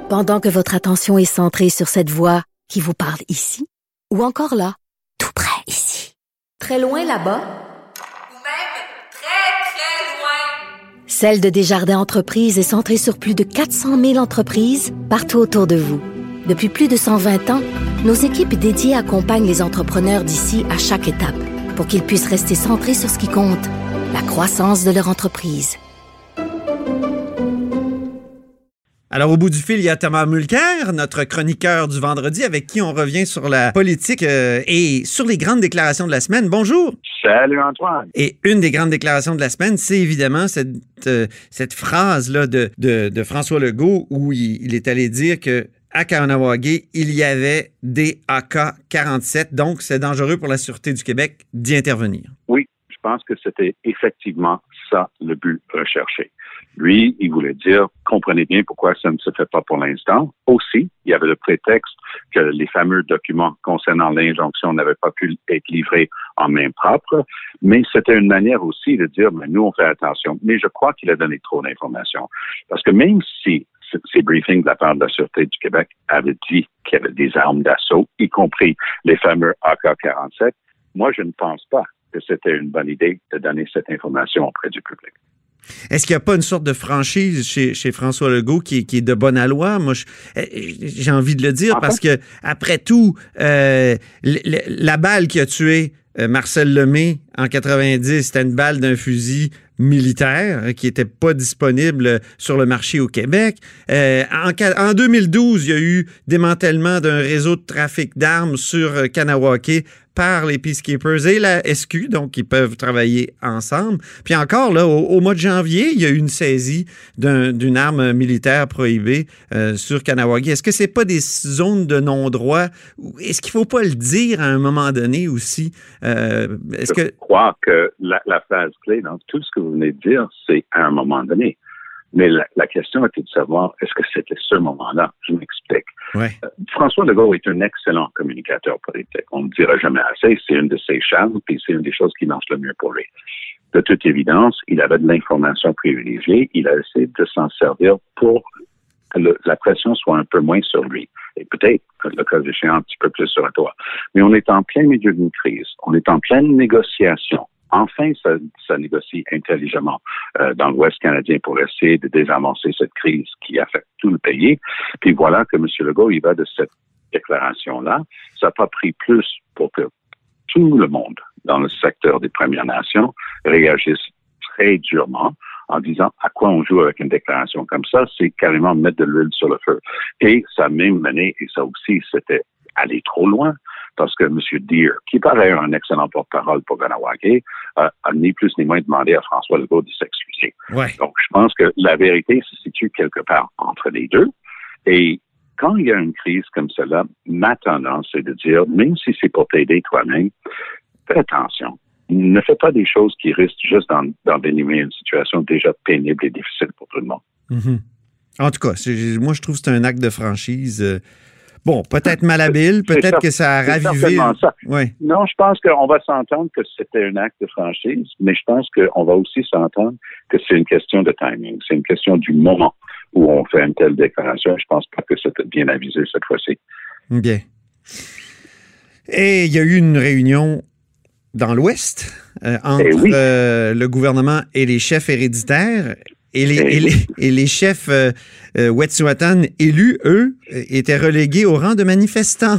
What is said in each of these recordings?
Pendant que votre attention est centrée sur cette voix qui vous parle ici, ou encore là, tout près ici, très loin là-bas, ou même très, très loin. Celle de Desjardins Entreprises est centrée sur plus de 400 000 entreprises partout autour de vous. Depuis plus de 120 ans, nos équipes dédiées accompagnent les entrepreneurs d'ici à chaque étape pour qu'ils puissent rester centrés sur ce qui compte, la croissance de leur entreprise. Alors, au bout du fil, il y a Thomas Mulcair, notre chroniqueur du vendredi, avec qui on revient sur la politique et sur les grandes déclarations de la semaine. Bonjour! Salut Antoine! Et une des grandes déclarations de la semaine, c'est évidemment cette phrase-là de François Legault où il est allé dire que à Kahnawake, il y avait des AK-47, donc c'est dangereux pour la Sûreté du Québec d'y intervenir. Oui, je pense que c'était effectivement ça le but recherché. Lui, il voulait dire, comprenez bien pourquoi ça ne se fait pas pour l'instant. Aussi, il y avait le prétexte que les fameux documents concernant l'injonction n'avaient pas pu être livrés en main propre, mais c'était une manière aussi de dire, mais nous, on fait attention. Mais je crois qu'il a donné trop d'informations. Parce que même si ces briefings de la part de la Sûreté du Québec avaient dit qu'il y avait des armes d'assaut, y compris les fameux AK-47, moi, je ne pense pas que c'était une bonne idée de donner cette information auprès du public. Est-ce qu'il n'y a pas une sorte de franchise chez François Legault qui est de bonne aloi? Moi, j'ai envie de le dire parce que, après tout, la balle qui a tué Marcel Lemay en 90, c'était une balle d'un fusil militaire qui n'était pas disponible sur le marché au Québec. En 2012, il y a eu démantèlement d'un réseau de trafic d'armes sur Kahnawake par les Peacekeepers et la SQ, donc ils peuvent travailler ensemble. Puis encore, là, au mois de janvier, il y a eu une saisie d'une arme militaire prohibée sur Kahnawake. Est-ce que c'est pas des zones de non-droit? Est-ce qu'il faut pas le dire à un moment donné aussi? Je crois que la phase clé dans tout ce que vous venez de dire, c'est à un moment donné. Mais la question était de savoir, est-ce que c'était ce moment-là? Je m'explique. Ouais. François Legault est un excellent communicateur politique. On ne dira jamais assez. C'est une de ses charmes, puis c'est une des choses qui marche le mieux pour lui. De toute évidence, il avait de l'information privilégiée. Il a essayé de s'en servir pour que la pression soit un peu moins sur lui. Et peut-être, le cas échéant, un petit peu plus sur toi. Mais on est en plein milieu d'une crise. On est en pleine négociation. Enfin, ça négocie intelligemment dans l'Ouest canadien pour essayer de désamorcer cette crise qui affecte tout le pays. Puis voilà que M. Legault, il va de cette déclaration-là. Ça n'a pas pris plus pour que tout le monde dans le secteur des Premières Nations réagisse très durement en disant à quoi on joue avec une déclaration comme ça, c'est carrément mettre de l'huile sur le feu. Et ça a même mené, et ça aussi, c'était aller trop loin, parce que M. Deere, qui paraît un excellent porte-parole pour Kahnawake, a ni plus ni moins demandé à François Legault de s'excuser. Ouais. Donc, je pense que la vérité se situe quelque part entre les deux. Et quand il y a une crise comme celle-là, ma tendance, c'est de dire, même si c'est pour t'aider toi-même, fais attention. Ne fais pas des choses qui risquent juste d'envenimer une situation déjà pénible et difficile pour tout le monde. Mm-hmm. En tout cas, moi, je trouve que c'est un acte de franchise. Bon, peut-être malhabile, peut-être que ça a ravivé. Ça. Ouais. Non, je pense qu'on va s'entendre que c'était un acte de franchise, mais je pense qu'on va aussi s'entendre que c'est une question de timing. C'est une question du moment où on fait une telle déclaration. Je pense pas que c'était bien avisé cette fois-ci. Bien. Et il y a eu une réunion dans l'Ouest entre le gouvernement et les chefs héréditaires. Et les chefs Wet'suwet'en élus, eux, étaient relégués au rang de manifestants.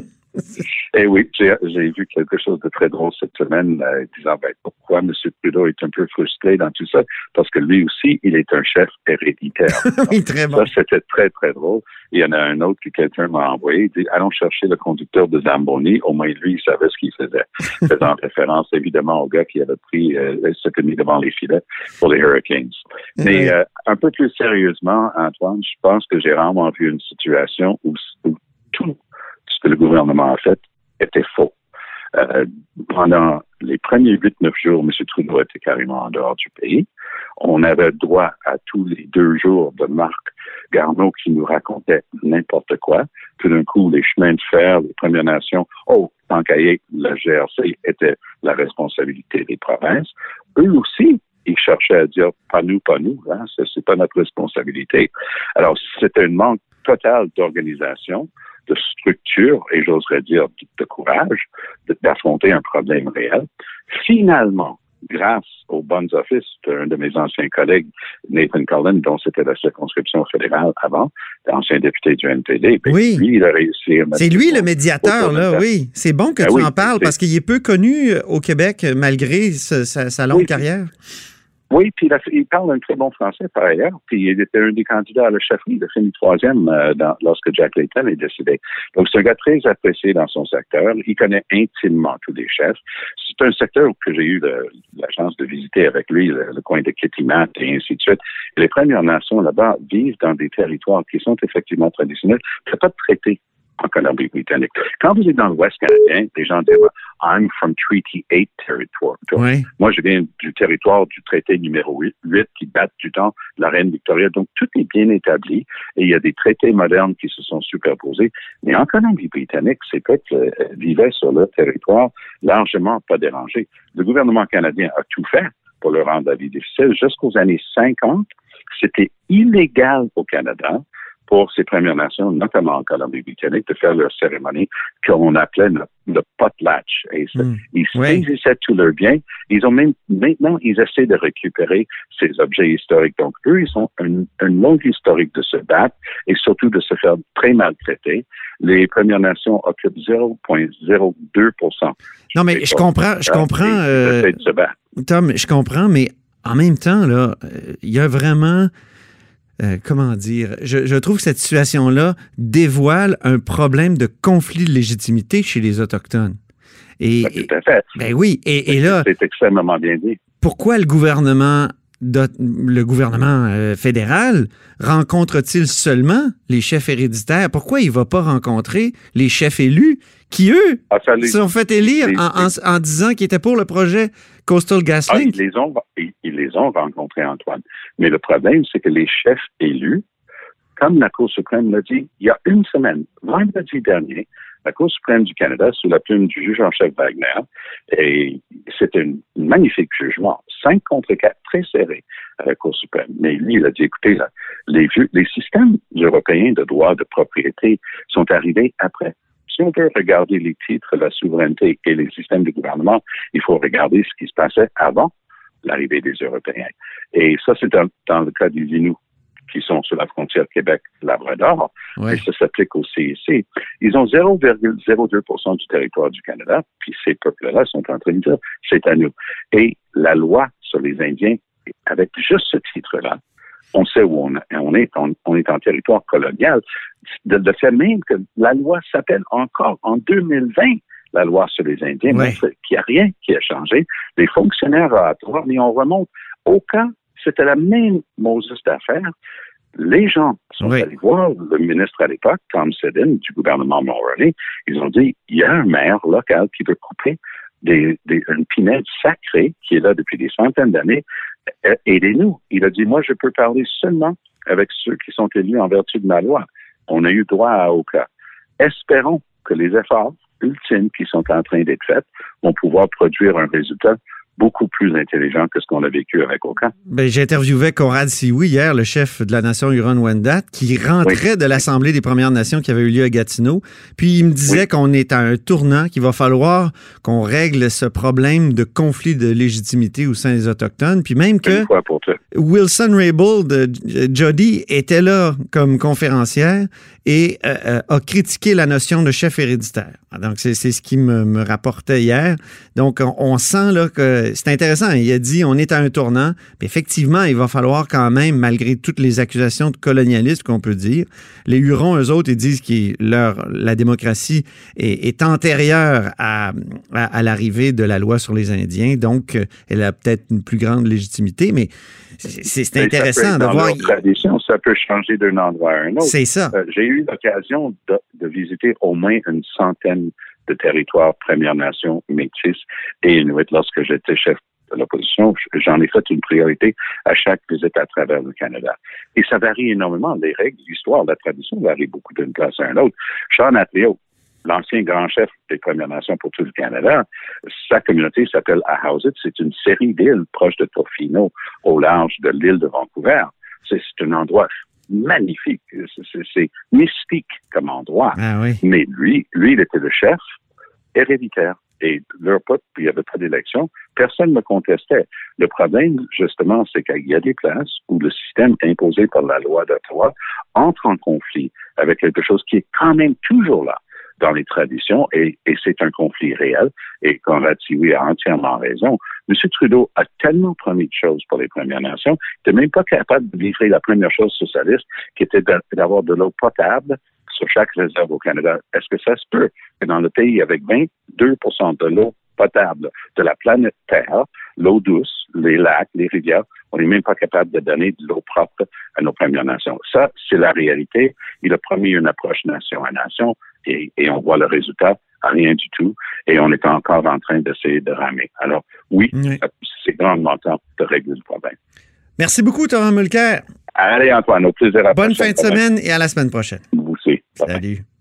Eh oui, j'ai vu quelque chose de très drôle cette semaine, disant pourquoi M. Trudeau est un peu frustré dans tout ça, parce que lui aussi, il est un chef héréditaire. Oui, très bon. Ça, c'était très, très drôle. Il y en a un autre que quelqu'un m'a envoyé, il dit, allons chercher le conducteur de Zamboni, au moins lui, il savait ce qu'il faisait. Faisant référence, évidemment, au gars qui avait pris, s'était mis devant les filets pour les Hurricanes. Mais un peu plus sérieusement, Antoine, je pense que j'ai rarement vu une situation où tout ce que le gouvernement a fait était faux. Pendant les premiers 8-9 jours, M. Trudeau était carrément en dehors du pays. On avait droit à tous les 2 jours de Marc Garneau qui nous racontait n'importe quoi. Tout d'un coup, les chemins de fer, les Premières Nations, tant qu'à y être, la GRC était la responsabilité des provinces. Eux aussi, ils cherchaient à dire pas nous, hein, c'est pas notre responsabilité. Alors, c'était un manque total d'organisation, de structure et j'oserais dire de courage d'affronter un problème réel. Finalement, grâce aux bonnes offices d'un de mes anciens collègues, Nathan Cullen, dont c'était la circonscription fédérale avant, ancien député du NPD. Oui. Lui, il a réussi à mettre c'est lui le médiateur, là, oui. C'est bon que tu en parles parce qu'il est peu connu au Québec malgré sa longue carrière. Oui, puis il parle un très bon français par ailleurs, puis il était un des candidats à la chefferie, il a fini 3e lorsque Jack Layton est décédé. Donc c'est un gars très apprécié dans son secteur, il connaît intimement tous les chefs. C'est un secteur que j'ai eu la chance de visiter avec lui, le coin de Kitimat et ainsi de suite. Et les Premières Nations là-bas vivent dans des territoires qui sont effectivement traditionnels. Il n'y a pas de traité en Colombie-Britannique. Quand vous êtes dans l'Ouest canadien, les gens disent « I'm from Treaty 8 territory ». Oui. Moi, je viens du territoire du traité numéro 8 qui date du temps de la reine Victoria. Donc, tout est bien établi et il y a des traités modernes qui se sont superposés. Mais en Colombie-Britannique, ces peuples vivaient sur leur territoire largement pas dérangés. Le gouvernement canadien a tout fait pour leur rendre la vie difficile. Jusqu'aux années 50, c'était illégal au Canada pour ces Premières Nations, notamment en Colombie-Britannique, de faire leur cérémonie qu'on appelait le potlatch. Et ils saisissaient tous leurs biens. Maintenant, ils essaient de récupérer ces objets historiques. Donc, eux, ils ont une longue historique de se battre et surtout de se faire très maltraiter. Les Premières Nations occupent 0,02%. Non, mais je comprends. Ils essaient de se battre. Tom, je comprends, mais en même temps, là, il y a vraiment... comment dire, je trouve que cette situation-là dévoile un problème de conflit de légitimité chez les Autochtones. Tout à fait. Ben oui, et là... C'est extrêmement bien dit. Pourquoi le gouvernement fédéral rencontre-t-il seulement les chefs héréditaires? Pourquoi il ne va pas rencontrer les chefs élus qui, eux, se sont fait élire en disant qu'ils étaient pour le projet Coastal GasLink? Ils les ont rencontrés, Antoine. Mais le problème, c'est que les chefs élus, comme la Cour suprême l'a dit il y a une semaine, vendredi dernier, la Cour suprême du Canada, sous la plume du juge en chef Wagner, et c'était un magnifique jugement, 5-4, très serré à la Cour suprême. Mais lui, il a dit, écoutez, là, les systèmes européens de droit de propriété sont arrivés après. Si on veut regarder les titres, la souveraineté et les systèmes de gouvernement, il faut regarder ce qui se passait avant l'arrivée des Européens. Et ça, c'est dans le cas des Inuits qui sont sur la frontière Québec-Labrador, et ça s'applique au CIC. Ils ont 0,02% du territoire du Canada, puis ces peuples-là sont en train de dire, c'est à nous. Et la loi sur les Indiens, avec juste ce titre-là, on sait où on est en territoire colonial, de fait même que la loi s'appelle encore en 2020, la loi sur les Indiens, montre qu'il n'y a rien qui a changé. Les fonctionnaires oratoires, mais on remonte au cas, c'était la même Moses d'affaires. Les gens sont allés voir le ministre à l'époque, Tom Sedin, du gouvernement Mulroney. Ils ont dit, il y a un maire local qui veut couper une pinède sacrée qui est là depuis des centaines d'années. Aidez-nous. Il a dit, moi, je peux parler seulement avec ceux qui sont élus en vertu de ma loi. On a eu droit à Oka. Espérons que les efforts ultimes qui sont en train d'être faits vont pouvoir produire un résultat beaucoup plus intelligent que ce qu'on a vécu avec Oka. Ben, j'interviewais Conrad Sioui hier, le chef de la nation Huron-Wendat, qui rentrait de l'Assemblée des Premières Nations qui avait eu lieu à Gatineau. Puis il me disait qu'on est à un tournant, qu'il va falloir qu'on règle ce problème de conflit de légitimité au sein des Autochtones. Puis même que Wilson Raybould, Jody, était là comme conférencière et a critiqué la notion de chef héréditaire. Donc, c'est ce qu'il me rapportait hier. Donc, on sent là que c'est intéressant. Il a dit, on est à un tournant. Puis effectivement, il va falloir quand même, malgré toutes les accusations de colonialisme qu'on peut dire, les Hurons, eux autres, ils disent que la démocratie est antérieure à l'arrivée de la loi sur les Indiens. Donc, elle a peut-être une plus grande légitimité, mais c'est intéressant de voir. Dans leur tradition, ça peut changer d'un endroit à un autre. C'est ça. J'ai eu l'occasion de visiter au moins une centaine de territoires Premières Nations, Métis et Inuit lorsque j'étais chef de l'opposition. J'en ai fait une priorité à chaque visite à travers le Canada. Et ça varie énormément. Les règles, l'histoire, la tradition varient beaucoup d'une place à une autre. Sean Atleo, l'ancien grand chef des Premières Nations pour tout le Canada, sa communauté s'appelle Ahousaht. C'est une série d'îles proches de Tofino, au large de l'île de Vancouver. C'est un endroit magnifique. C'est mystique comme endroit. Ah oui. Mais lui, il était le chef héréditaire. Et leur peuple, il n'y avait pas d'élection. Personne ne contestait. Le problème, justement, c'est qu'il y a des places où le système imposé par la loi d'Ottawa entre en conflit avec quelque chose qui est quand même toujours là dans les traditions, et c'est un conflit réel. Et Conrad Sioui a entièrement raison. M. Trudeau a tellement promis de choses pour les Premières Nations qu'il n'était même pas capable de livrer la première chose sur sa liste, qui était d'avoir de l'eau potable sur chaque réserve au Canada. Est-ce que ça se peut que dans le pays avec 22% de l'eau potable de la planète Terre, l'eau douce, les lacs, les rivières, on n'est même pas capable de donner de l'eau propre à nos Premières Nations? Ça, c'est la réalité. Il a promis une approche nation à nation et on voit le résultat, rien du tout. Et on est encore en train d'essayer de ramer. Alors, oui. C'est grandement temps de régler le problème. Merci beaucoup, Thomas Mulcair. Allez, Antoine, au plaisir. Bonne fin de semaine et à la semaine prochaine. Vous aussi. Salut.